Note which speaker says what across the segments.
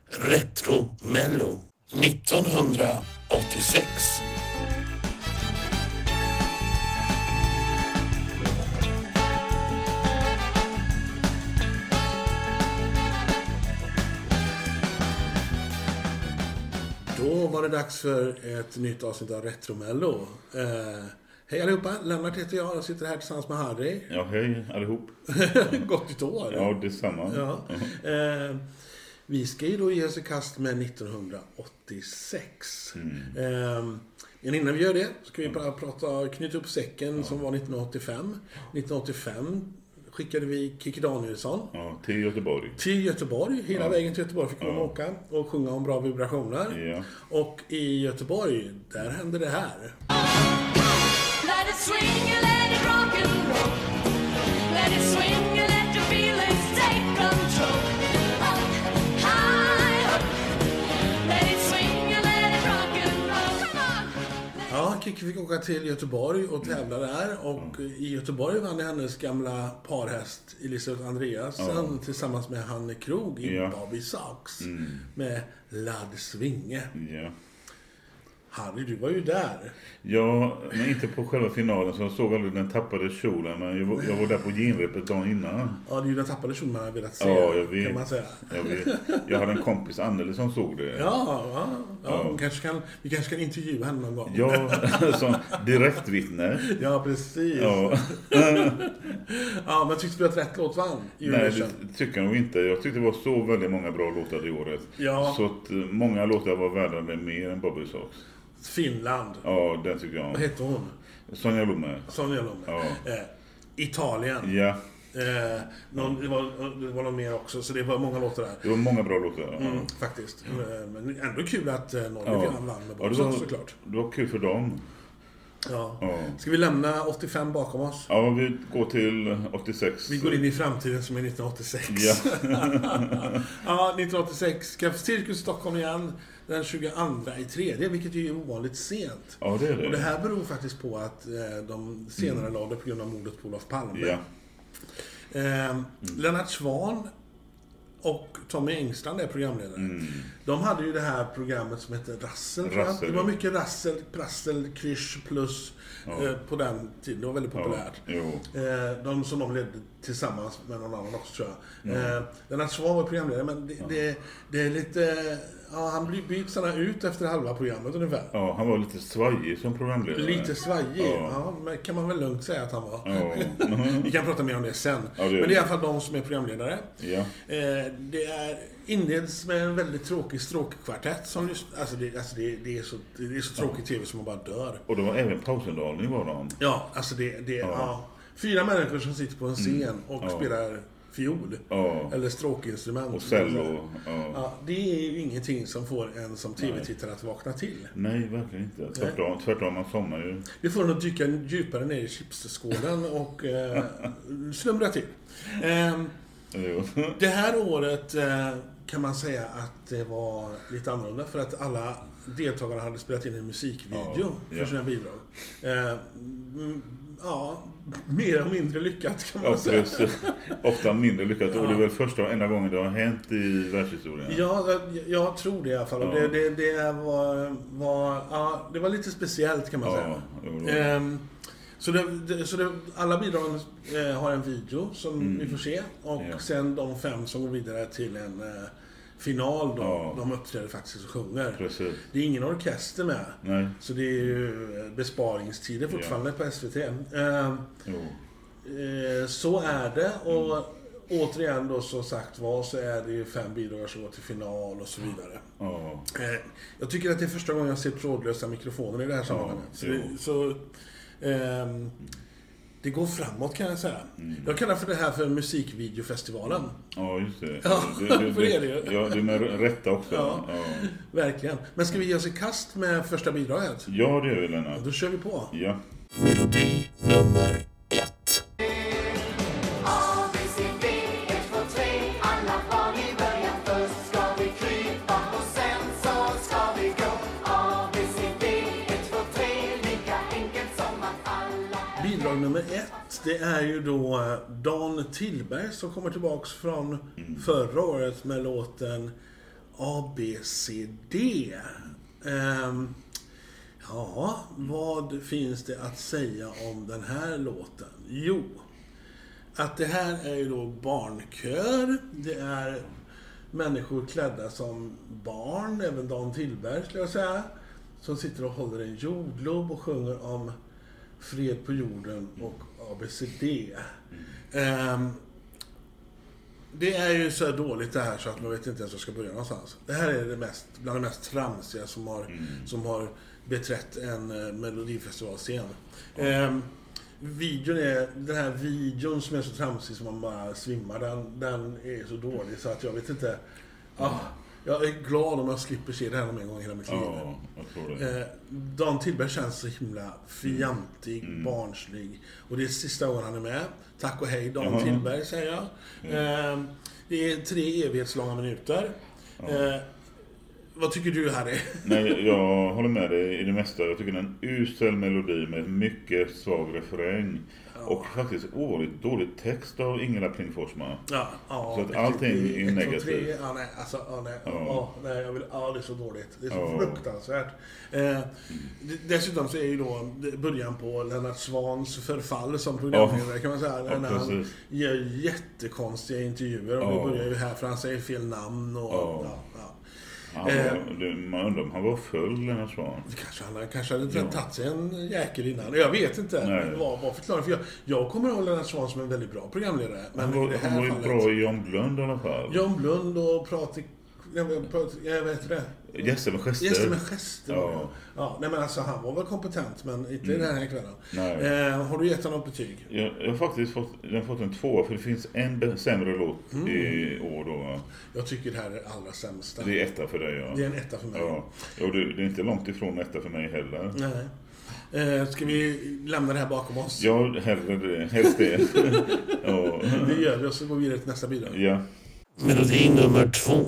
Speaker 1: Retro Mello 1986.
Speaker 2: Då var det dags för ett nytt avsnitt av Retro Mello. Hej allihopa, Lennart heter jag sitter här tillsammans med Harry.
Speaker 3: Ja, hej allihop.
Speaker 2: Gott nytt år.
Speaker 3: Ja, detsamma.
Speaker 2: Ja. Vi ska ju då ge oss i kast med 1986. Men innan vi gör det ska vi bara knyta upp säcken som var 1985. 1985 skickade vi Kikki Danielsson
Speaker 3: till Göteborg.
Speaker 2: Till Göteborg, hela vägen till Göteborg fick hon åka och sjunga om bra vibrationer.
Speaker 3: Ja.
Speaker 2: Och i Göteborg, där hände det här.
Speaker 4: Let it swing and let it rock and roll. Let it swing and let your feelings take control. Up, high, up. Let it swing and let it rock and roll. Come on.
Speaker 2: Ja, Kikki fick åka till Göteborg och tävla där. Och i Göteborg vann hennes gamla parhäst Elisabeth Andreasen tillsammans med Hanne Krog i Bobby Socks med Ladd Svinge.
Speaker 3: Ja.
Speaker 2: Harry, du var ju där.
Speaker 3: Ja, men inte på själva finalen, så jag såg aldrig den tappade kjolen. Men jag var där på genrepet dagen innan.
Speaker 2: Ja, det är ju den tappade kjolen man har velat se,
Speaker 3: ja, jag vet.
Speaker 2: kan man säga.
Speaker 3: Jag hade en kompis, Anneli, som såg det.
Speaker 2: Ja. Vi kanske kan intervjua henne någon gång.
Speaker 3: Ja, som direktvittne.
Speaker 2: Ja, precis.
Speaker 3: Ja.
Speaker 2: Ja, men tyckte du att rätt låt vann?
Speaker 3: Nej, det tycker jag nog inte. Jag tyckte det var så väldigt många bra låtar i året.
Speaker 2: Ja.
Speaker 3: Så att många låtar var värda det mer än Bobby Socks.
Speaker 2: Finland.
Speaker 3: Ja, det tycker jag.
Speaker 2: Vad heter hon?
Speaker 3: Sonja Lomme.
Speaker 2: Ja. Italien.
Speaker 3: Ja.
Speaker 2: Det var någon mer också, så det var många låtar där.
Speaker 3: Det var många bra låtar.
Speaker 2: Faktiskt. Men ändå kul att Norge vann med Bobby Socks, såklart.
Speaker 3: Det var kul för dem.
Speaker 2: Ja. Ska vi lämna 85 bakom oss?
Speaker 3: Ja, vi går till 86.
Speaker 2: Vi går in i framtiden som är 1986.
Speaker 3: Ja.
Speaker 2: Ja, 1986. Cirkus Stockholm igen. Den 22/3, vilket är ju ovanligt sent.
Speaker 3: Ja, det är det.
Speaker 2: Och det här beror faktiskt på att de senare lade på grund av mordet på Olof Palme.
Speaker 3: Ja.
Speaker 2: Lennart Swahn och Tommy Engstrand är programledare. De hade ju det här programmet som hette Rassel. Det var mycket rassel, prassel, krysch plus på den tiden. Det var väldigt populärt. De som de ledde tillsammans med någon annan också, tror jag. Lennart Swahn var programledare, men det är lite... Ja, han byts ut efter halva programmet ungefär.
Speaker 3: Ja, han var lite svajig som programledare.
Speaker 2: Lite svajig, men kan man väl lugnt säga att han var. Vi kan prata mer om det sen. Men det är i alla fall de som är programledare.
Speaker 3: Ja.
Speaker 2: Det inleds med en väldigt tråkig stråkkvartett. Det är så tråkig tv som man bara dör.
Speaker 3: Och det var även pausunderhållning var de.
Speaker 2: Ja, alltså ja. 4 människor som sitter på en scen och spelar fiol eller stråkinstrument
Speaker 3: och cello.
Speaker 2: Ja, det är ju ingenting som får en som tv-tittare att vakna till.
Speaker 3: Nej, verkligen inte. Tvärtom, man somnar ju.
Speaker 2: Vi får nog dyka djupare ner i chipsskålen och slumra till. Det här året kan man säga att det var lite annorlunda, för att alla deltagarna hade spelat in en musikvideo för sina bidrag. Mer och mindre lyckat, kan man säga.
Speaker 3: Ofta mindre lyckat. Och det är väl första och enda gången det har hänt i världshistorien.
Speaker 2: Ja, jag tror det i alla fall. Och det var lite speciellt, kan man säga. Så alla bidragen har en video som vi får se. Och sen de 5 som går vidare till en final då, de uppträder faktiskt och sjunger.
Speaker 3: Precis.
Speaker 2: Det är ingen orkester med.
Speaker 3: Nej.
Speaker 2: Så det är ju besparingstider fortfarande på SVT. Så är det. Och återigen då, så sagt så är det ju 5 bidrag som går till final och så vidare. Jag tycker att det är första gången jag ser trådlösa mikrofoner i det här sammanhanget. Det går framåt, kan jag säga. Jag kallar för det här för musikvideofestivalen.
Speaker 3: Ja, just det.
Speaker 2: Ja, för det är det ju.
Speaker 3: Ja, det är med rätta också.
Speaker 2: Ja, verkligen. Men ska vi ge oss i kast med första bidraget?
Speaker 3: Ja, det gör vi, Lennart.
Speaker 2: Då kör vi på.
Speaker 3: Ja.
Speaker 1: Melodi nummer 1.
Speaker 2: Bidrag nummer 1, det är ju då Dan Tillberg som kommer tillbaks från förra året med låten ABCD. Vad finns det att säga om den här låten? Jo, att det här är ju då barnkör. Det är människor klädda som barn, även Dan Tillberg skulle jag säga, som sitter och håller en jordglob och sjunger om fred på jorden och ABCD. Det är ju så dåligt det här så att man vet inte ens var jag ska börja någonstans. Det här är bland det mest tramsiga som har beträtt en melodifestivalscen. Den här videon som är så tramsig som man bara svimmar, den är så dålig så att jag vet inte. Jag är glad om jag slipper se det här någon gång i hela mitt liv.
Speaker 3: Ja, jag tror det.
Speaker 2: Dan Tillberg känns så himla fjantig, barnslig. Och det är sista gången han är med. Tack och hej Dan Tillberg, säger jag. Det är 3 evighetslånga minuter. Vad tycker du, Harry?
Speaker 3: Nej, jag håller med dig i det mesta. Jag tycker det är en usel melodi med mycket svag refräng. Och faktiskt oerhört dålig text av Ingela Pling Forsman.
Speaker 2: Ja,
Speaker 3: så att allting är negativt.
Speaker 2: Det är så dåligt. Det är så fruktansvärt. Dessutom så är ju då början på Lennart Swahns förfall som programledare, kan man säga. När han gör jättekonstiga intervjuer. Och det börjar ju här för han säger fel namn och
Speaker 3: man undrar om han var full, Lennart Swahn.
Speaker 2: Kanske hade tagit sig en jäkel innan. Jag vet inte vad förklaringen. För jag kommer ihåg Lennart Swahn som en väldigt bra programledare. Men
Speaker 3: han var ju bra i John Blund i alla fall.
Speaker 2: John Blund och jag vet det.
Speaker 3: Gäster med gester.
Speaker 2: Ja, nej men alltså han var väl kompetent, men inte i den här kvällen. Har du gett honom något betyg?
Speaker 3: Jag har faktiskt fått en 2, för det finns en sämre låt i år då.
Speaker 2: Jag tycker det här är allra sämsta.
Speaker 3: Det är 1 för dig, ja.
Speaker 2: Det är en 1 för mig.
Speaker 3: Ja. Och det är inte långt ifrån 1 för mig heller.
Speaker 2: Nej. Ska vi lämna det här bakom oss?
Speaker 3: Ja, helst det.
Speaker 2: Det gör vi, och så går vi vidare till nästa bidrag.
Speaker 3: Ja.
Speaker 1: Melodi nummer 2.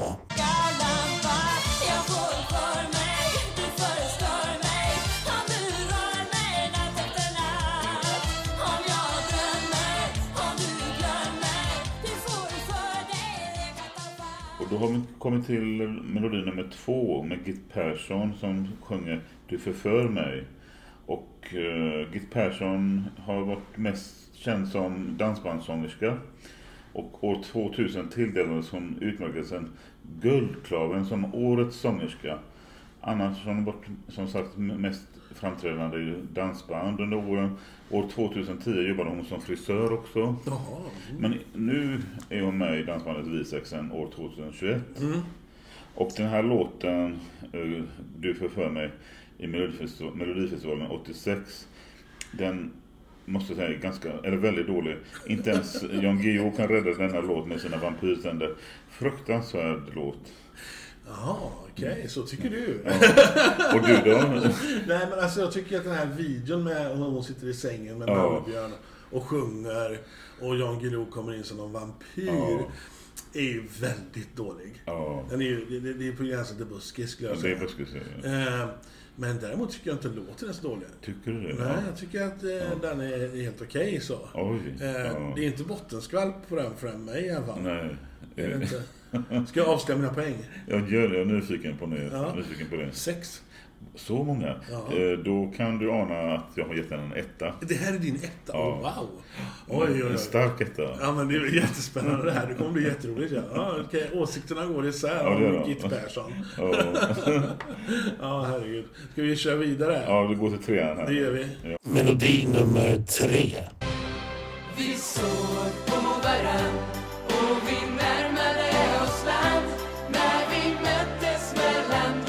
Speaker 3: Då har vi kommit till melodi nummer 2 med Git Persson som sjunger Du förför mig. Och Git Persson har varit mest känd som dansbandssångerska. Och år 2000 tilldelades hon utmärkelsen Guldklaven som årets sångerska. Annars har hon varit som sagt mest framträdande i dansband under åren. År 2010 jobbade hon som frisör också. Men nu är hon med i dansbandet Visexen år 2021. Och den här låten Du förför mig i Melodifestivalen 86, den måste jag säga är väldigt dålig. Inte ens Jan Guillou kan rädda denna låt med sina vampyrtänder. Fruktansvärd låt.
Speaker 2: Jaha, okej, så tycker du.
Speaker 3: Ja. Och du då?
Speaker 2: Nej, men alltså jag tycker att den här videon med hon sitter i sängen med Nallebjörn och sjunger och Jan Guillou kommer in som någon vampyr är ju väldigt dålig. Den är ju, det är på gränsen till buskis, skulle jag säga.
Speaker 3: Det är buskis,
Speaker 2: men däremot tycker jag inte låten är så dålig.
Speaker 3: Tycker du det?
Speaker 2: Nej, jag tycker att den är helt okej så. Det är inte bottenskvalp på den för mig i alla fall.
Speaker 3: Nej.
Speaker 2: Är det inte? Ska jag avslöja mina poäng?
Speaker 3: Jag är nyfiken på det.
Speaker 2: 6.
Speaker 3: Så många. Då kan du ana att jag har gett den en 1.
Speaker 2: Det här är din 1. Wow. Oj. En
Speaker 3: stark 1.
Speaker 2: Ja, men det är jättespännande det här. Det kommer bli jätteroligt. Okej, åsikterna går isär om Git Persson. Herregud. Ska vi köra vidare?
Speaker 3: Ja, det går till 3 här.
Speaker 2: Det gör vi.
Speaker 3: Ja.
Speaker 1: Melodi nummer 3.
Speaker 4: Vi såg på varann och vi närmade oss land när vi möttes mellan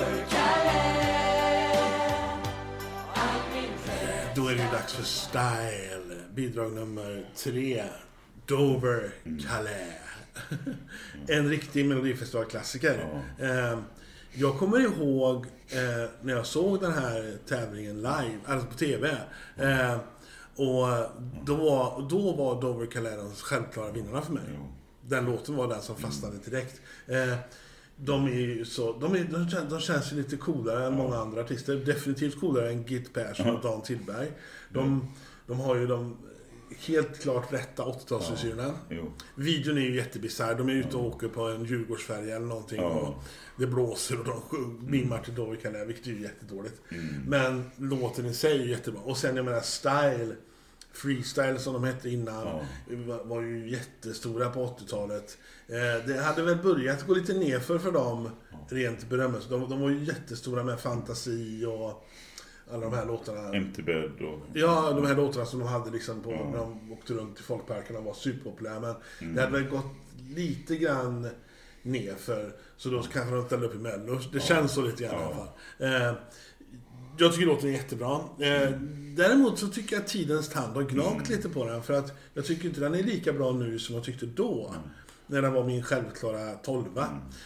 Speaker 4: Dover-Calais.
Speaker 2: Då är det dags för Style. Bidrag nummer 3. Dover-Calais. En riktig melodifestivalklassiker. Jag kommer ihåg när jag såg den här tävlingen live, alltså på tv. Och då var Dover-Calais de självklara vinnarna för mig. Den låten var den som fastnade direkt. De känns ju lite coolare än många andra artister. Definitivt coolare än Git Persson och Dan Tillberg. De har ju helt klart rätta 80-talsfrisyrerna. Videon är ju jättebisarr. De är ute och åker på en Djurgårdsfärja eller någonting. Och det blåser och de mimmar till Dovikan där, vilket är ju jättedåligt. Men låten i sig är ju jättebra. Och sen jag menar style, freestyle som de hette innan, var ju jättestora på 80-talet. Det hade väl börjat gå lite nerför för dem rent berömmelse. De var ju jättestora med Fantasi och alla de här låtarna.
Speaker 3: Empty Bed och...
Speaker 2: Ja, de här låtarna som de hade liksom på, när de åkte runt i folkparkerna var superpopulära. Men det hade väl gått lite grann nerför. Så då kanske de ställde upp i Mello. Det känns så lite grann i alla fall. Jag tycker låten är jättebra. Däremot så tycker jag att tidens tand har gnagt lite på den. För att jag tycker inte den är lika bra nu som jag tyckte då. När den var min självklara 12.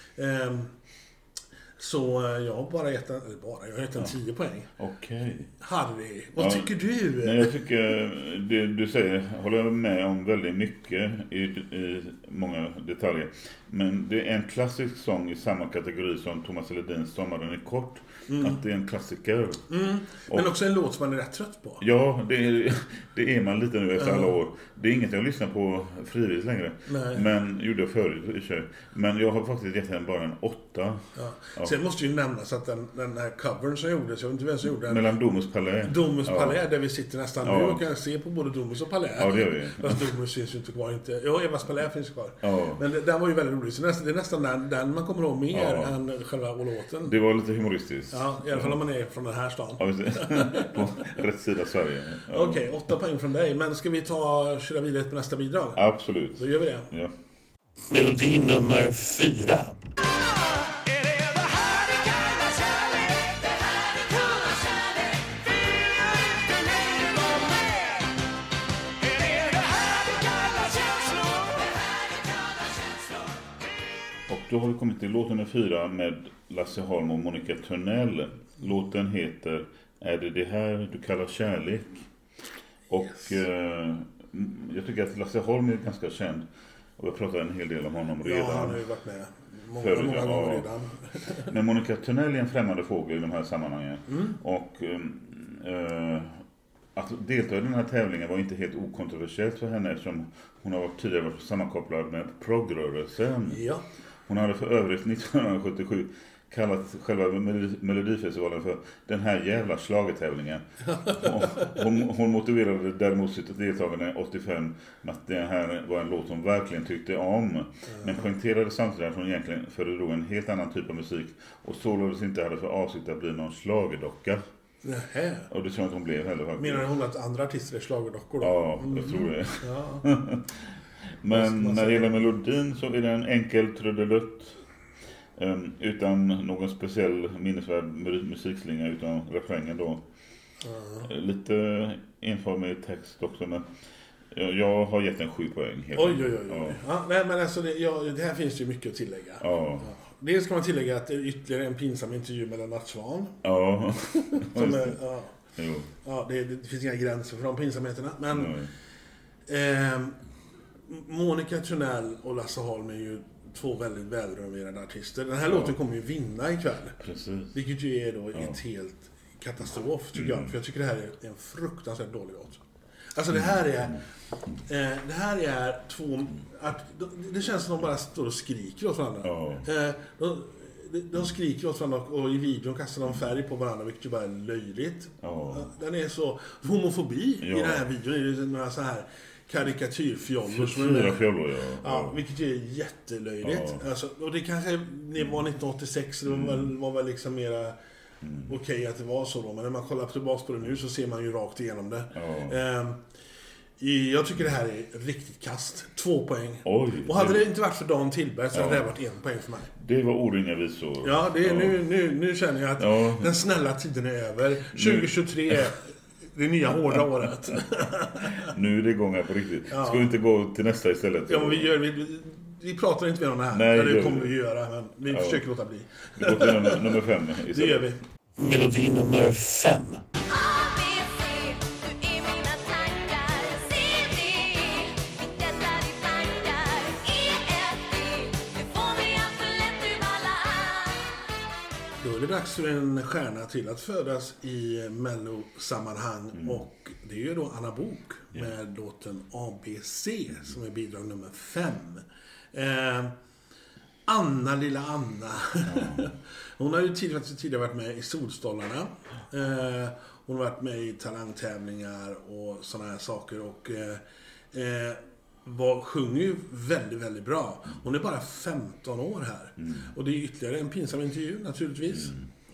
Speaker 2: Så jag har bara gett en 10 poäng.
Speaker 3: Okej.
Speaker 2: Harry, vad tycker du?
Speaker 3: Nej, jag tycker det du säger håller jag med om väldigt mycket i många detaljer. Men det är en klassisk sång i samma kategori som Thomas Ledins Sommaren är kort. Att det är en klassiker.
Speaker 2: Men också en låt som man är rätt trött på.
Speaker 3: Ja, det är man lite nu efter alla år. Det är inget jag lyssnar på frivilligt längre.
Speaker 2: Nej.
Speaker 3: Men gjorde jag förut i sig. Men jag har faktiskt gett den bara en 8.
Speaker 2: Ja. Sen måste ju nämnas att den här covern som gjordes, jag vet inte vem som gjorde den.
Speaker 3: Mellan Domus Palais.
Speaker 2: Domus Palais, där vi sitter nästan nu och kan se på både Domus och Palais.
Speaker 3: Ja, det gör vi.
Speaker 2: Fast Domus syns ju inte kvar. Ja, Evas Palais finns kvar.
Speaker 3: Ja.
Speaker 2: Men den var ju väldigt rolig. Så det är nästan den man kommer ihåg mer än själva låten.
Speaker 3: Det var lite humoristiskt.
Speaker 2: Ja, i alla fall om man är från den här stan.
Speaker 3: Ja, på rätt sida Sverige. Ja.
Speaker 2: Okej, 8 poäng från dig. Men ska vi köra vidare på nästa bidrag?
Speaker 3: Absolut.
Speaker 2: Då gör vi det.
Speaker 3: Ja.
Speaker 1: Melodi nummer 4.
Speaker 3: Och då har vi kommit till låt nummer 4 med Lasse Holm och Monica Törnell. Låten heter Är det här du kallar kärlek? Och jag tycker att Lasse Holm är ganska känd. Och jag pratar en hel del om honom redan.
Speaker 2: Ja, han har ju varit med många gånger redan.
Speaker 3: Men Monica Törnell är en främmande fågel i de här sammanhangen. Och att delta i den här tävlingen var inte helt okontroversiellt för henne eftersom hon har tidigare varit sammankopplad med progrörelsen.
Speaker 2: Ja.
Speaker 3: Hon hade för övrigt 1977 kallat själva Melodifestivalen för den här jävla schlagertävlingen. Hon motiverade däremot sitt deltagande 85 med att det här var en låt hon verkligen tyckte om. Men poängterade samtidigt att hon egentligen föredrog en helt annan typ av musik och således inte hade för avsikt att bli någon schlagerdocka.
Speaker 2: Nähä.
Speaker 3: Och det tror jag inte hon blev heller faktiskt.
Speaker 2: Menar hon att andra artister är schlagerdockor då?
Speaker 3: Ja, jag tror det.
Speaker 2: Ja.
Speaker 3: Men när det gäller melodin så är det en enkel trudelutt. Utan någon speciell minnesvärd musikslinga utan refrängen då. Lite enformig text också, men jag har gett en 7 poäng.
Speaker 2: Oj. Ja, nej, men alltså det här finns ju mycket att tillägga.
Speaker 3: Ja.
Speaker 2: Dels kan man tillägga att det är ytterligare en pinsam intervju med Lennart Swahn.
Speaker 3: Ja.
Speaker 2: Som är,
Speaker 3: Jo.
Speaker 2: ja, det finns inga gränser för de pinsamheterna. Men Monica Törnell och Lasse Holm är ju två väldigt välrenommerade artister. Den här låten kommer ju vinna ikväll.
Speaker 3: Precis.
Speaker 2: Vilket ju är då ett helt katastrof tycker jag. För jag tycker det här är en fruktansvärt dålig låt. Alltså det här är två... Det känns som att de bara står och skriker åt varandra. De skriker åt varandra och i videon kastar de färg på varandra, vilket ju bara är löjligt. Den är så... Homofobi i den här videon. Det är några så här karikatyrfjollor som är med.
Speaker 3: 4 fjollor,
Speaker 2: ja. Vilket är jättelöjligt. Alltså, och det kanske var 1986, det var väl liksom mera okej att det var så då. Men när man kollar tillbaka på det nu så ser man ju rakt igenom det. Jag tycker det här är riktigt kast. 2 poäng.
Speaker 3: Oj,
Speaker 2: och hade det inte varit för Dan Tillberg så hade det varit 1 poäng för mig.
Speaker 3: Det var ordinga visor.
Speaker 2: Ja, det är, nu känner jag att den snälla tiden är över. 2023 det nya hårda året.
Speaker 3: Nu är det igång här på riktigt. Ska vi inte gå till nästa istället?
Speaker 2: Ja, men vi pratar inte mer om det här.
Speaker 3: Nej,
Speaker 2: det kommer vi göra, men vi försöker låta bli.
Speaker 3: Vi går till nummer 5 istället.
Speaker 2: Det gör vi.
Speaker 1: Melodi nummer 5. Då är det dags för en stjärna till att födas i Mello-sammanhang och
Speaker 2: det är ju då Anna Bok med låten ABC som är bidrag nummer 5. Anna, lilla Anna. Hon har ju tidigare varit med i Solstolarna. Hon har varit med i talangtävlingar och såna här saker. Och sjunger ju väldigt, väldigt bra. Hon är bara 15 år här. Och det är ytterligare en pinsam intervju naturligtvis.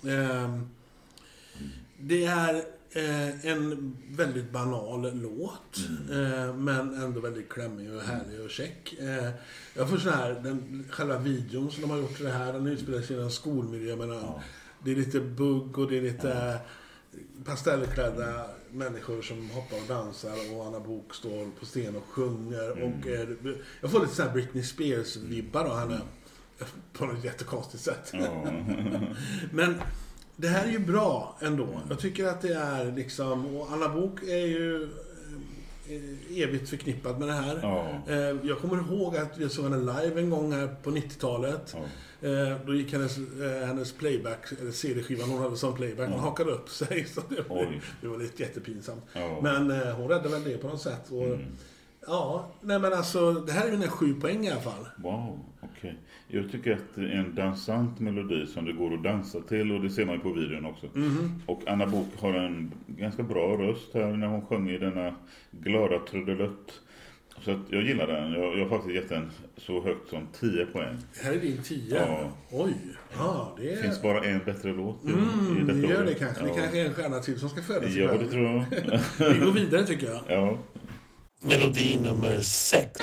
Speaker 2: Det är en väldigt banal låt, men ändå väldigt klämmig och härlig och check. Jag får så här, själva videon som de har gjort till det här, den utspelar sig i en skolmiljö, men det är lite bugg och det är lite pastellklädda människor som hoppar och dansar, och Anna Bok står på scen och sjunger. Och jag får lite så här Britney Spears-vibbar då, henne på något jättekonstigt sätt. Men det här är ju bra ändå. Jag tycker att det är liksom... Och Anna Bok är ju evigt förknippad med det här. Jag kommer ihåg att vi såg henne live en gång här på 90-talet. Då gick hennes playback, eller CD-skivan hon hade som playback, hon hakade upp sig. Så det var lite jättepinsamt. Men hon räddade väl det på något sätt. Och, nej men alltså, det här är ju en 7 poäng i alla fall.
Speaker 3: Wow, okej. Jag tycker att det är en dansant melodi som det går att dansa till, och det ser man ju på videon också. Och Anna Bok har en ganska bra röst här när hon sjunger i denna glada trudelutt. Så att jag gillar den. Jag har faktiskt gett den så högt som 10 poäng.
Speaker 2: Här är din 10? Oj.
Speaker 3: Det finns bara en bättre låt i detta
Speaker 2: det gör
Speaker 3: år.
Speaker 2: det kanske. Det kanske är en stjärna till som ska födas.
Speaker 3: Ja, det tror jag.
Speaker 2: Vi går vidare tycker jag.
Speaker 3: Ja.
Speaker 1: Melodi nummer 6.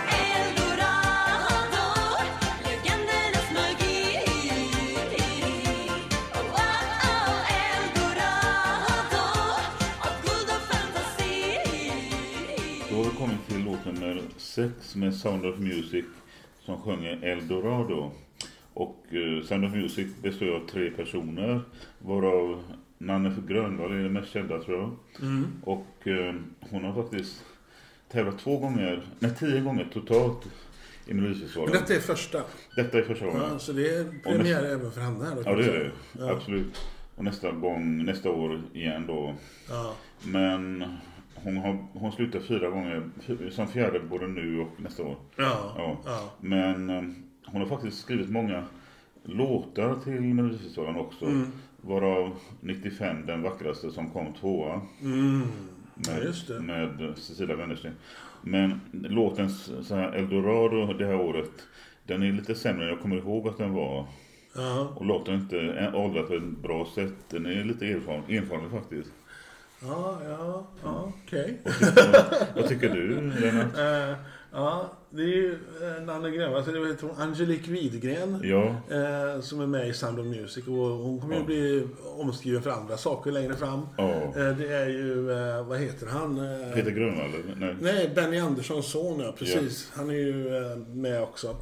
Speaker 3: Då har vi kommit till låt nummer 6 med Sound of Music som sjunger Eldorado. Och Sound of Music består av 3 personer, varav Nanne Grönvall är den mest kända, tror jag. Och hon har faktiskt tävlat 10 gånger totalt i Melodifestivalen.
Speaker 2: Men detta är första?
Speaker 3: Detta är första gången.
Speaker 2: Ja, så det är premiär även för henne här då?
Speaker 3: Ja, det är det. Ja. Absolut. Och nästa år igen då. Ja. Men hon slutar 4 gånger, som 4:e både nu och nästa år. Ja. Men hon har faktiskt skrivit många låtar till Melodifestivalen också. Varav 95 den vackraste som kom 2:a. Med Cecilia Wennersten. Men låtens så här Eldorado det här året, den är lite sämre än jag kommer ihåg att den var. Och låten inte åldrat på ett bra sätt. Den är lite erfaren faktiskt.
Speaker 2: Okej.
Speaker 3: Vad tycker du, Lennart?
Speaker 2: Det är ju Nanne Grönvall, alltså det heter hon Angelique Widgren, som är med i Sound of Music, och hon kommer ju bli omskriven för andra saker längre fram. Det är ju, vad heter han?
Speaker 3: Peter Grönvall?
Speaker 2: Nej, Benny Anderssons son, precis. Han är ju med också.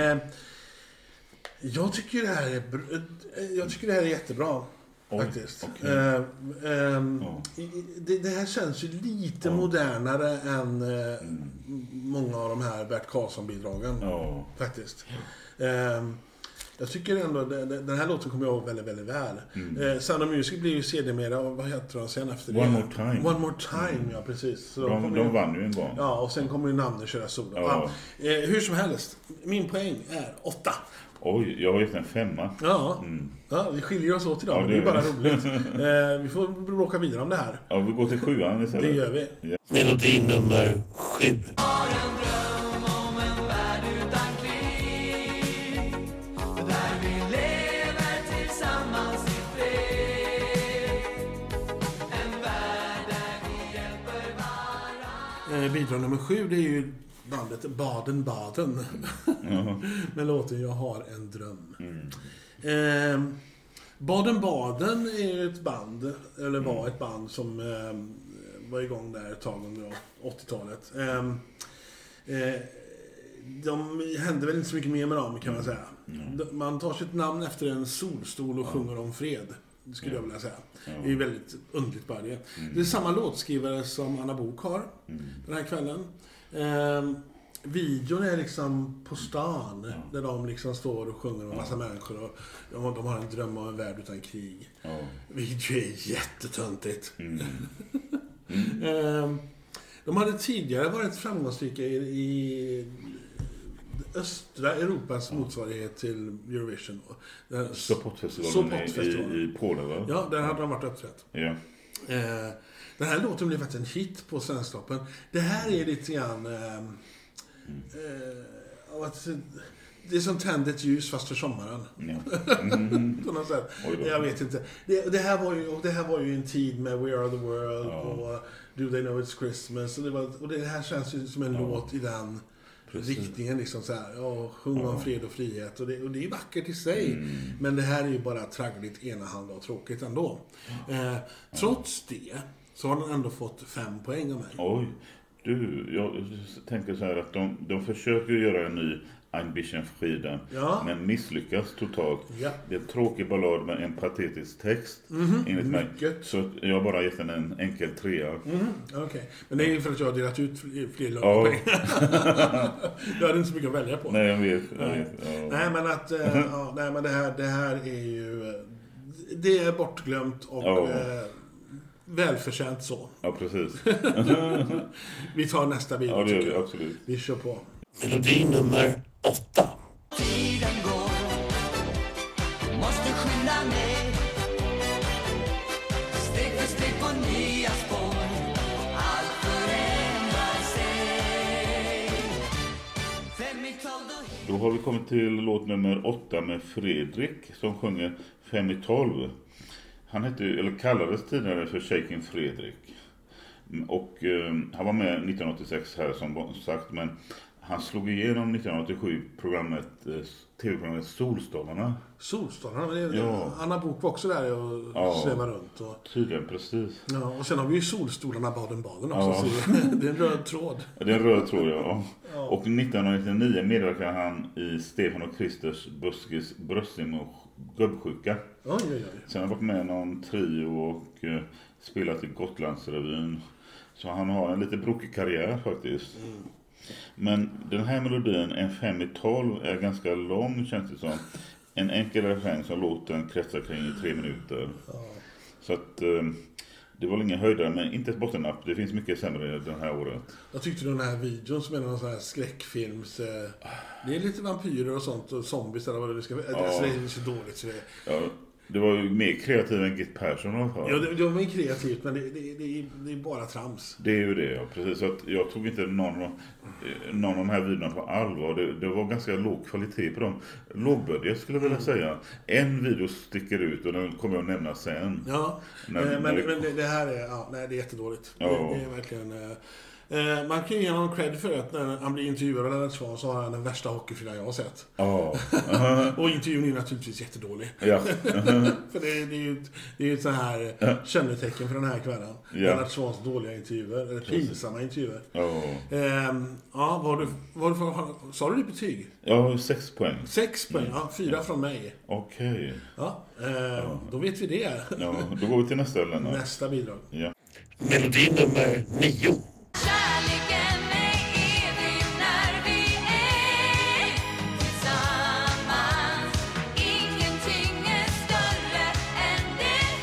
Speaker 2: Jag tycker det här är jättebra. Faktiskt. Okay. Det här känns ju lite modernare än många av de här Bert Karlsson-bidragen. Faktiskt. Jag tycker ändå den här låten kommer jag ihåg väldigt, väldigt väl. Sound of Music blir ju sedermera, vad heter de sen efter det?
Speaker 3: One More Time,
Speaker 2: ja precis. Så
Speaker 3: de vann ju en gång.
Speaker 2: Ja, och sen kommer ju Nanne köra solo. Hur som helst, min poäng är 8.
Speaker 3: Oj, jag har gett en 5.
Speaker 2: Ja, vi skiljer oss åt idag, men det är bara roligt. Vi får bråka vidare om det här.
Speaker 3: Ja, vi går till 7:an istället.
Speaker 2: Det gör vi.
Speaker 3: Ja.
Speaker 1: Melodi nummer 7.
Speaker 2: Bidrag nummer 7, det är ju bandet Baden-Baden. Med låten Jag har en dröm. Baden-Baden är ju ett band, eller var ett band som var igång där ett tag under 80-talet. De hände väl inte så mycket mer med dem, kan man säga. Man tar sitt namn efter en solstol och sjunger om fred, skulle jag vilja säga. Det är väldigt underligt bara det. Det är samma låtskrivare som Anna Bok har den här kvällen. Videon är liksom på stan, där de liksom står och sjunger om massa människor, och de har en dröm om en värld utan krig. Video är jättetöntigt. De hade tidigare varit framgångsrika i östra Europas motsvarighet till Eurovision.
Speaker 3: Sopotfestivalen i Polen, va?
Speaker 2: Ja, där hade de varit uppträtt.
Speaker 3: Ja.
Speaker 2: Den här låten blev faktiskt en hit på Svensktoppen. Det här är lite grann... det är som tänd ett ljus fast för sommaren.
Speaker 3: Ja.
Speaker 2: På något sätt. Jag vet inte. Det här var ju en tid med We Are The World och Do They Know It's Christmas. Och det här känns ju som en låt i den riktningen. Liksom så här, sjung om fred och frihet. Och det är vackert i sig. Men det här är ju bara traggligt, enahanda och tråkigt ändå. Trots det så har den ändå fått 5 poäng av mig.
Speaker 3: Oj. Jag tänker så här att de försöker göra en ny Ambition Freedom, men misslyckas totalt. Ja. Det är en tråkig ballad med en patetisk text, enligt mig. Så jag har bara gett den en enkel 3.
Speaker 2: Okej. Men det är ju för att jag har delat ut fler lagpoäng. Jag hade inte så mycket att välja på.
Speaker 3: Nej, jag vet.
Speaker 2: Nej, men att men det här är ju... Det är bortglömt och... välförtjänt så.
Speaker 3: Ja, precis.
Speaker 2: Vi tar nästa bild.
Speaker 3: Ja, det gör vi, absolut.
Speaker 2: Vi kör på.
Speaker 1: Melodi nummer 8.
Speaker 4: Tiden går, måste skynda med. Steg för steg på nya spår, allt förändrar sig. 5 i 12
Speaker 3: Då har vi kommit till låt nummer 8 med Fredrik som sjunger 5 i 12. Han hette, eller kallades tidigare för Shaking Fredrik. Och han var med 1986 här som sagt, men han slog igenom 1987 tv-programmet Solstolarna.
Speaker 2: Solstolarna? Anna Bok var också där och svävar runt.
Speaker 3: Tydligen, precis.
Speaker 2: Ja, och sen har vi ju Solstolarna Baden-Baden också. Så det är en röd tråd.
Speaker 3: Det är en röd tråd, ja. Och 1999 medverkade han i Stefan och Kristers Buskis bröstsim och gubbsjuka.
Speaker 2: Oj.
Speaker 3: Sen har han varit med i någon trio och spelat i Gotlandsrevyn. Så han har en lite brokig karriär faktiskt. Men den här melodin, en 5 i 12, är ganska lång, känns det som. En enkel refräng som låten kretsar kring i 3 minuter. Så att det var ingen höjdare, men inte ett bottennapp. Det finns mycket sämre den här året.
Speaker 2: Jag tyckte den här videon som är någon sån här skräckfilms... det är lite vampyrer och sånt och zombies eller vad det ska vara. Alltså, det är så dåligt så det...
Speaker 3: Ja. Det var ju mer kreativt än Git Persson i alla fall.
Speaker 2: Ja, det var mer kreativt, men det är bara trams.
Speaker 3: Det är ju det, ja. Precis. Så att jag tog inte någon av de här videorna på allvar. Det var ganska låg kvalitet på dem. Lågbudget skulle jag vilja säga. En video sticker ut och den kommer jag att nämna sen.
Speaker 2: Ja, men det här är, det är jättedåligt. Ja. Det är verkligen... man kan ju ge honom cred för att när han blir intervjuad av Lennart Swahn så har han den värsta hockeyfrillan jag har sett. Och intervjun är naturligtvis jättedålig. Ja. För det är ju ett så här kännetecken för den här kvällen. Lennart Swahns dåliga intervjuer, eller pinsamma intervjuer. Sa du ditt betyg?
Speaker 3: Ja, 6 poäng.
Speaker 2: 6 poäng, 4 från mig.
Speaker 3: Okej.
Speaker 2: Då vet vi det.
Speaker 3: Ja, då går vi till nästa Lennart.
Speaker 2: Nästa bidrag.
Speaker 3: Ja.
Speaker 1: Melodi nummer 9.
Speaker 4: Kärleken är evig när vi är tillsammans. Ingenting är större än det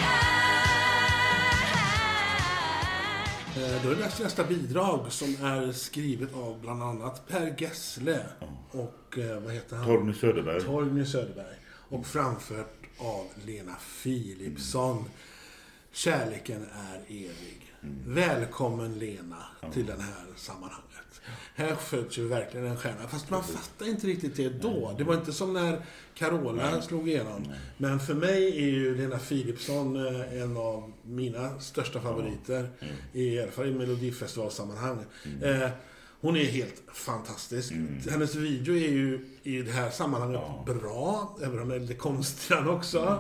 Speaker 4: är.
Speaker 2: Då är det nästa bidrag som är skrivet av bland annat Per Gessle och vad heter han? Torgny Söderberg. Och framfört av Lena Philipsson. Kärleken är evig. Välkommen Lena till den här sammanhanget. Här föds ju verkligen en stjärna. Fast man fattar inte riktigt det då. Det var inte som när Carola slog igenom. Men för mig är ju Lena Philipsson en av mina största favoriter. I alla fall i Melodifestivalsammanhang. Hon är helt fantastisk. Hennes video är ju i det här sammanhanget bra. Även om den är lite konstig också.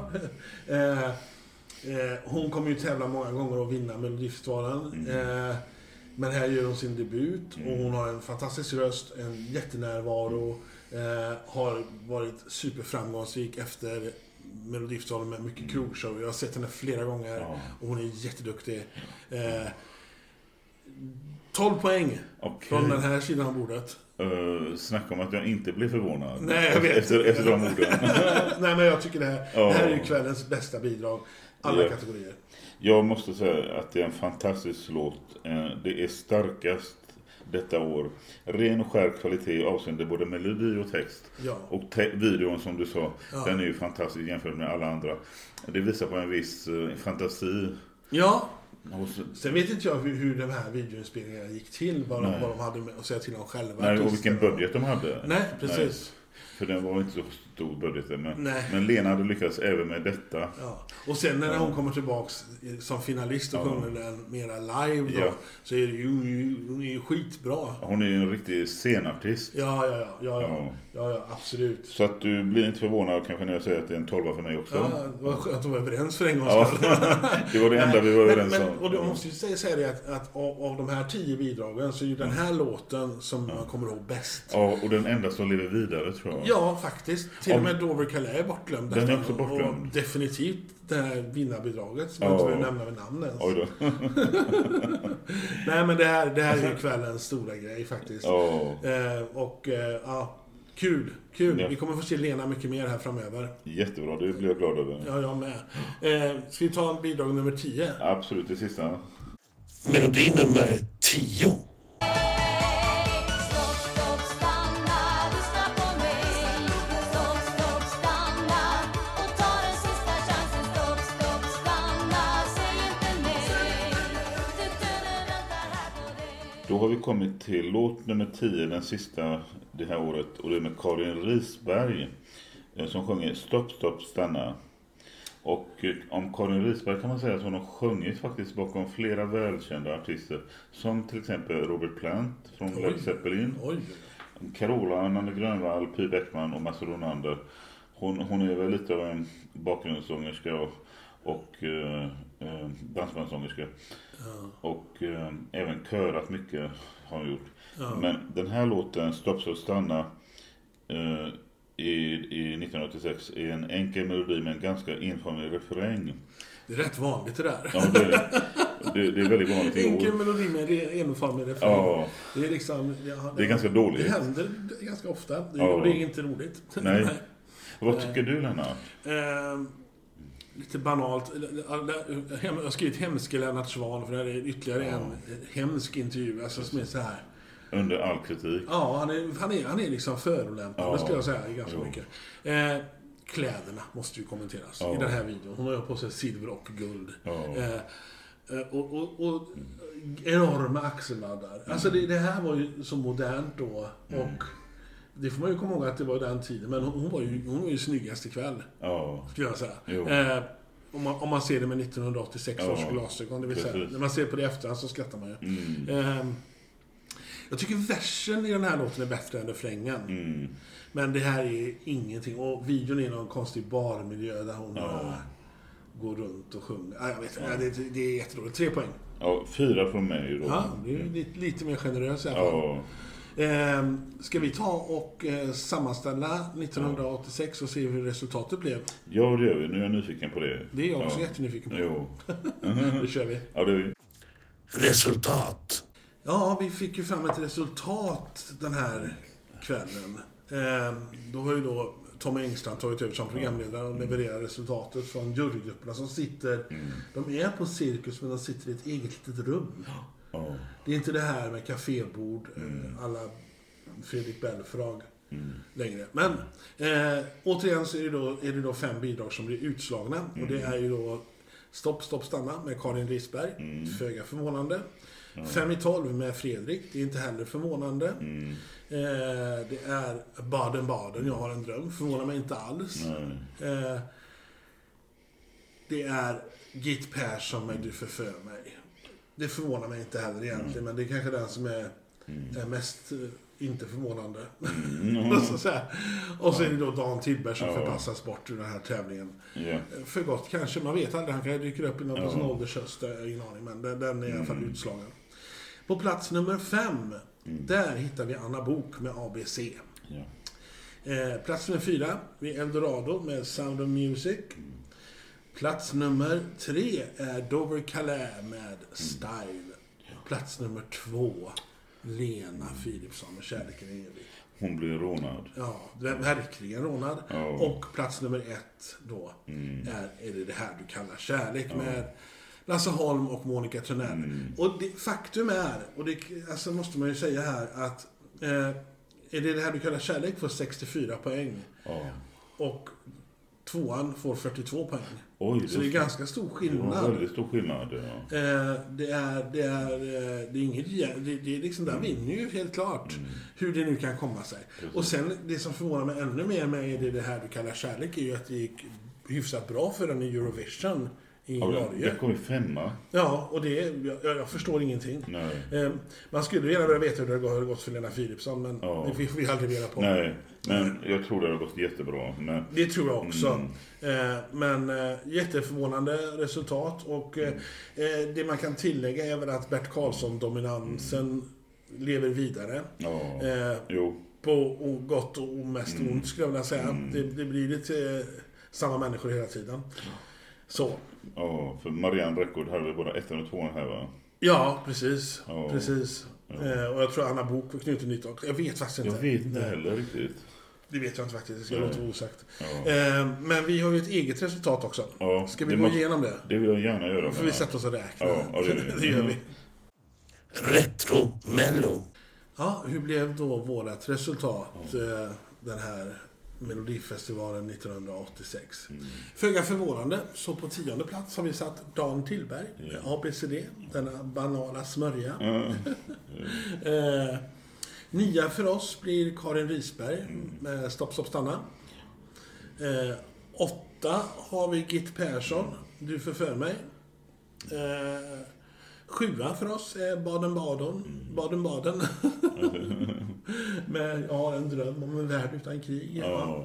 Speaker 2: Hon kommer ju tävla många gånger och vinna Melodifestivalen. Men här gör hon sin debut. Och hon har en fantastisk röst, en jättenärvaro. Har varit superframgångsrik efter Melodifestivalen med mycket krogshow. Jag har sett henne flera gånger och hon är jätteduktig. 12 poäng från den här sidan av bordet.
Speaker 3: Snacka om att jag inte blir förvånad.
Speaker 2: Nej, jag vet.
Speaker 3: Efter de orden.
Speaker 2: Nej, men jag tycker det här är ju kvällens bästa bidrag. alla kategorier.
Speaker 3: Jag måste säga att det är en fantastisk låt. Det är starkast detta år. Ren och skär kvalitet avseende både melodi och text.
Speaker 2: Ja.
Speaker 3: Och videon som du sa, den är ju fantastisk jämfört med alla andra. Det visar på en viss fantasi.
Speaker 2: Ja. Sen vet inte jag hur de här videoinspelningarna gick till, vad de hade med att säga till dem själva.
Speaker 3: Nej, och vilken budget de hade.
Speaker 2: Nej, precis.
Speaker 3: Nej. För den var inte så stor budget. Men Lena hade lyckats även med detta.
Speaker 2: Ja. Och sen när hon kommer tillbaks som finalist och sjunger den mera live då, så är det ju, hon är ju skitbra.
Speaker 3: Hon är ju en riktig scenartist.
Speaker 2: Ja, absolut.
Speaker 3: Så att du blir inte förvånad kanske när jag säger att det är en 12 för mig också.
Speaker 2: Ja, det var skönt att de var överens för en gång.
Speaker 3: Det var det enda vi var överens om.
Speaker 2: Och du måste ju säga det att av de här 10 bidragen så är ju den här låten som man kommer ihåg bäst.
Speaker 3: Ja, och den enda som lever vidare tror jag.
Speaker 2: Ja, faktiskt. Till och med Dover Calais är bortglömd.
Speaker 3: Den är också bortglömd.
Speaker 2: Och definitivt det här vinnarbidraget som jag inte vill nämna med namn ens.
Speaker 3: Oj då.
Speaker 2: Nej, men det här är ju kvällens stora grej faktiskt. Kul.
Speaker 3: Ja.
Speaker 2: Vi kommer få se Lena mycket mer här framöver.
Speaker 3: Jättebra, det blir jag glad över.
Speaker 2: Ja, jag med. Ska vi ta en bidrag nummer 10?
Speaker 3: Absolut, det sista.
Speaker 1: Melodi nummer 10.
Speaker 4: Stopp, stanna, lyssna på mig. Stopp, stanna och ta den sista chansen. Stopp, stanna, säg inte nej. Döden väntar här på dig.
Speaker 3: Då har vi kommit till låt nummer 10, den sista det här året. Och det är med Karin Risberg som sjunger Stopp, stanna. Och om Karin Risberg kan man säga att hon har sjungit faktiskt bakom flera välkända artister. Som till exempel Robert Plant från Led Zeppelin. Carola, Nanne Grönvall, Py Bäckman och Mats Ronander. Hon är väl lite av en bakgrundssångerska och dansbandssångerska. Och även körat mycket har hon gjort. Men den här låten Stopp, stanna i 1986 är en enkel melodi med en ganska informell refräng.
Speaker 2: Det är rätt vanligt det där.
Speaker 3: Ja, det är väldigt vanligt i år.
Speaker 2: Enkel melodi med enformig refräng.
Speaker 3: Ja.
Speaker 2: Det är liksom...
Speaker 3: Det är ganska dåligt.
Speaker 2: Det händer ganska ofta. Och det är inte roligt.
Speaker 3: Nej. Vad tycker du, Lena?
Speaker 2: Lite banalt. Jag har skrivit hemske Lennart Svan, för det här är ytterligare en hemsk intervju. Alltså som är så här...
Speaker 3: Under all kritik.
Speaker 2: Ja, han är liksom förolämpande, skulle jag säga, ganska mycket. Kläderna måste ju kommenteras i den här videon. Hon har på sig silver och guld. Och enorma axelvaddar. Alltså det här var ju så modernt då. Och det får man ju komma ihåg att det var den tiden. Men hon var ju snyggast ikväll. Skulle jag säga. Om man ser det med 1986 års glasögon. Det vill säga, när man ser på det efterhand så skrattar man ju. Jag tycker versen i den här låten är bättre än refrängen. Men det här är ingenting. Och videon är någon konstig barmiljö där hon går runt och sjunger. Jag vet inte, det är jätteroligt. 3 poäng.
Speaker 3: Ja, 4 från mig då.
Speaker 2: Ja, det är lite mer generös i alla fall. Ska vi ta och sammanställa 1986 och se hur resultatet blev?
Speaker 3: Ja, det gör vi. Nu är jag nyfiken på det.
Speaker 2: Det är jag också jättenyfiken på.
Speaker 3: Jo.
Speaker 2: Det kör vi.
Speaker 3: Ja, det är vi.
Speaker 1: Resultat.
Speaker 2: Ja, vi fick ju fram ett resultat den här kvällen. Då har ju Tommy Engstrand tagit över som programledare och levererar resultatet från jurygrupperna som sitter... De är på cirkus, men de sitter i ett eget litet rum. Det är inte det här med kafébord alla Fredrik Belfrage längre. Men återigen så är det då 5 bidrag som blir utslagna. Och det är ju då Stopp, stanna med Karin Risberg. Föga förvånande. 5 i 12 med Fredrik. Det är inte heller förvånande. Det är Baden-Baden, jag har en dröm. Förvånar mig inte alls. Det är Git Persson med Du förför mig. Det förvånar mig inte heller egentligen. Men det är kanske den som är mest inte förvånande. Och så är det då Dan Tillberg som förpassas bort ur den här tävlingen. För gott kanske, man vet aldrig. Han kan dyka upp i någon på sin åldershöst, ingen aning. Men den är i alla fall utslagen. På plats nummer 5, där hittar vi Anna Bok med ABC. Plats nummer 4, vi Eldorado med Sound of Music. Plats nummer 3 är Dover Calais med Style. Plats nummer 2, Lena Philipsson med Kärleken är evig.
Speaker 3: Hon blir rånad.
Speaker 2: Ja, verkligen rånad.
Speaker 3: Ja.
Speaker 2: Och plats nummer 1 då är det här du kallar kärlek med Lasse Holm och Monica Törnell. Och faktum är, och det alltså måste man ju säga här, att är det här du kallar kärlek får 64 poäng.
Speaker 3: Ja.
Speaker 2: Och 2:an får 42 poäng.
Speaker 3: Oj,
Speaker 2: så det är ganska stor skillnad.
Speaker 3: Ja, väldigt stor skillnad, ja.
Speaker 2: Det är inget, det är liksom där vinner ju helt klart hur det nu kan komma sig.
Speaker 3: Precis.
Speaker 2: Och sen det som förvånar mig ännu mer med det här du kallar kärlek är ju att det gick hyfsat bra för den i Eurovision i Norge.
Speaker 3: Det kom ju 5.
Speaker 2: Ja, och jag förstår ingenting.
Speaker 3: Nej.
Speaker 2: Man skulle gärna vilja veta hur det har gått för Lena Philipsson, men det får vi aldrig reda på.
Speaker 3: Nej, men jag tror det har gått jättebra. Men...
Speaker 2: Det tror jag också. Men jätteförvånande resultat. Och det man kan tillägga är väl att Bert Karlsson-dominansen lever vidare. På gott och mest ont skulle jag vilja säga. Det blir lite samma människor hela tiden. Så.
Speaker 3: Ja, för Marianne Record hade vi bara 1 och 2 här, va?
Speaker 2: Ja, precis. Precis. Och jag tror Anna Bok och Knut Nytt också. Jag vet faktiskt inte.
Speaker 3: Jag vet inte heller riktigt.
Speaker 2: Det vet jag inte faktiskt. Det ska låta osagt. Men vi har ju ett eget resultat också. Ska vi gå igenom det?
Speaker 3: Det vill jag gärna göra.
Speaker 2: Får vi sätta oss och räkna?
Speaker 3: Ja,
Speaker 2: det gör vi.
Speaker 1: Retro Mello.
Speaker 2: Ja, hur blev då vårat resultat den här Melodifestivalen 1986? Föga förvånande, så på 10:e plats har vi satt Dan Tillberg med ABCD, denna banala smörja. 9 för oss blir Karin Risberg med Stopp, stopp, stanna. 8 har vi Git Persson, Du förför mig. 7 för oss är Baden-Baden. Men jag har en dröm om en värld utan krig.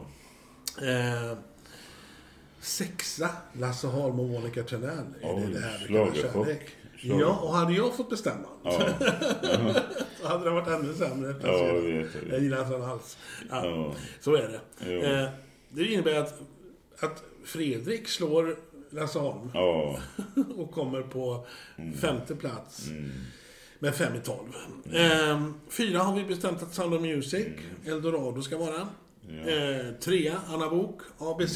Speaker 2: 6 Lasse Holm och Monica Törnell. Är det här vi kallar kärlek? Ja, och hade jag fått bestämma så hade det varit ännu sämre. Jag gillar inte den alls. Så är det. Det innebär att Fredrik slår Lasse Holm och kommer på 5:e plats med 5 i 12. 4 har vi bestämt att Sound of Music Eldorado ska vara. 3 Anna Bok ABC.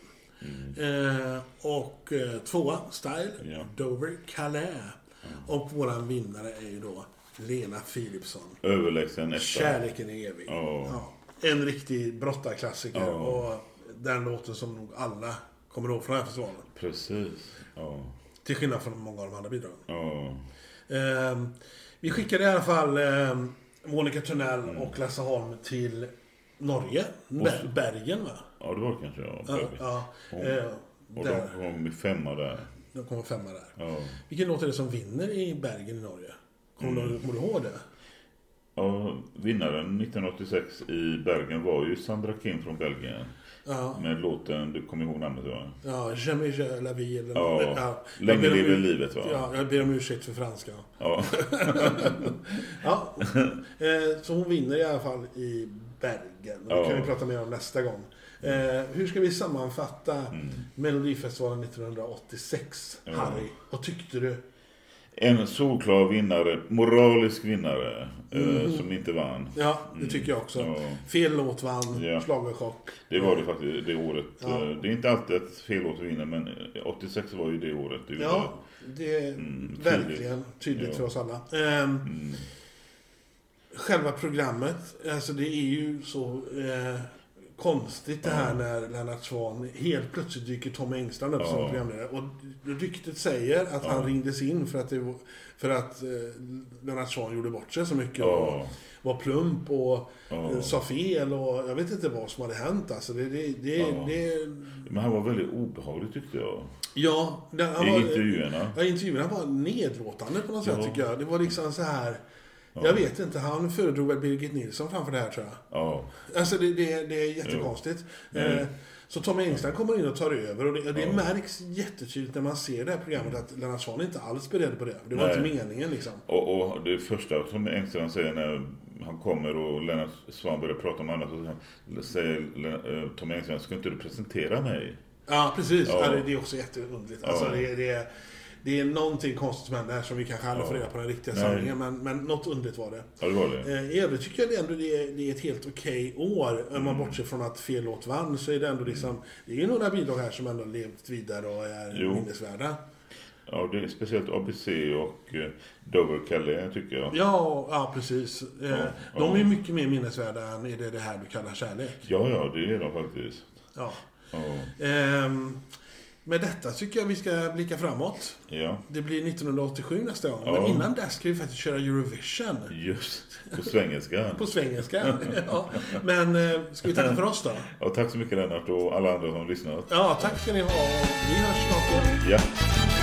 Speaker 2: Och 2 Style Dover Calais. Och våran vinnare är ju då Lena Philipsson.
Speaker 3: Överlägsen etta.
Speaker 2: Kärleken är evig. En riktig brottarklassiker. Och den låten som nog alla kommer ihåg från den här festivalen.
Speaker 3: Precis.
Speaker 2: Till skillnad från många av de andra bidragen. Vi skickade i alla fall Monica Törnell och Lasse Holm till Norge. Bergen, va?
Speaker 3: Ja, det var kanske
Speaker 2: och
Speaker 3: de kom 5 där.
Speaker 2: De kommer 5 där. Vilken låt är det som vinner i Bergen i Norge? Kommer du ihåg det?
Speaker 3: Ja, vinnaren 1986 i Bergen var ju Sandra Kim från Belgien. Med låten, du kommer ihåg namnet, va? Ja,
Speaker 2: Jamais je la vie.
Speaker 3: Länge lever livet, va?
Speaker 2: Ja, jag ber om ursäkt för franska. Så hon vinner i alla fall i Bergen. Det kan vi prata mer om nästa gång. Hur ska vi sammanfatta Melodifestivalen 1986, Harry? Vad tyckte du?
Speaker 3: En solklar vinnare, moralisk vinnare som inte vann.
Speaker 2: Ja, det tycker jag också. Fel låt vann, schlagerchock.
Speaker 3: Det var det faktiskt det året. Det är inte alltid ett fel låt vinner, men 86 var ju det året.
Speaker 2: Det är verkligen tydligt för oss alla. Själva programmet, alltså det är ju så konstigt det här när Lennart Swahn helt plötsligt dyker Tom Engstrand upp som programledare. Och ryktet säger att han ringdes in för att Lennart Swahn gjorde bort sig så mycket och var plump och sa fel och jag vet inte vad som hade hänt. Alltså
Speaker 3: Men han var väldigt obehaglig, tyckte jag.
Speaker 2: Ja,
Speaker 3: intervjuerna
Speaker 2: var nedlåtande på något sätt, tycker jag. Det var liksom så här. Jag vet inte, han föredrog väl Birgit Nilsson framför det här, tror jag. Alltså det är jättekonstigt. Så Tom Engstrand kommer in och tar över. Och det märks jättetydligt när man ser det här programmet att Lennart Swahn inte alls beredd på det. Det var inte meningen liksom.
Speaker 3: Och det första som Engstrand säger när han kommer och Lennart Swahn börjar prata om annat, så säger Tom Engstrand, ska inte du presentera mig?
Speaker 2: Ja, precis. Det är också jätteunderligt. Alltså det är någonting konstigt som händer här som vi kanske aldrig får reda på den riktiga sanningen, men något underligt var det.
Speaker 3: Ja, det var det.
Speaker 2: I övrigt tycker jag det ändå det är ett helt okej år. Om man bortser från att fel låt vann, så är det ändå liksom, det är ju några bidrag här som ändå levt vidare och är minnesvärda.
Speaker 3: Ja, det är speciellt ABC och Dover-Calais tycker jag.
Speaker 2: Ja, precis. De är mycket mer minnesvärda än är det här du kallar kärlek.
Speaker 3: Ja, det är de faktiskt.
Speaker 2: Ja. Med detta tycker jag vi ska blicka framåt.
Speaker 3: Ja.
Speaker 2: Det blir 1987 nästa gång. Men innan dess ska vi faktiskt köra Eurovision.
Speaker 3: Just, på svengelska.
Speaker 2: På svengelska, ja. Men ska vi tacka för oss då?
Speaker 3: Ja, tack så mycket Lennart och alla andra som har lyssnat.
Speaker 2: Ja, tack ska ni ha. Vi hörs snart igen.
Speaker 3: Ja.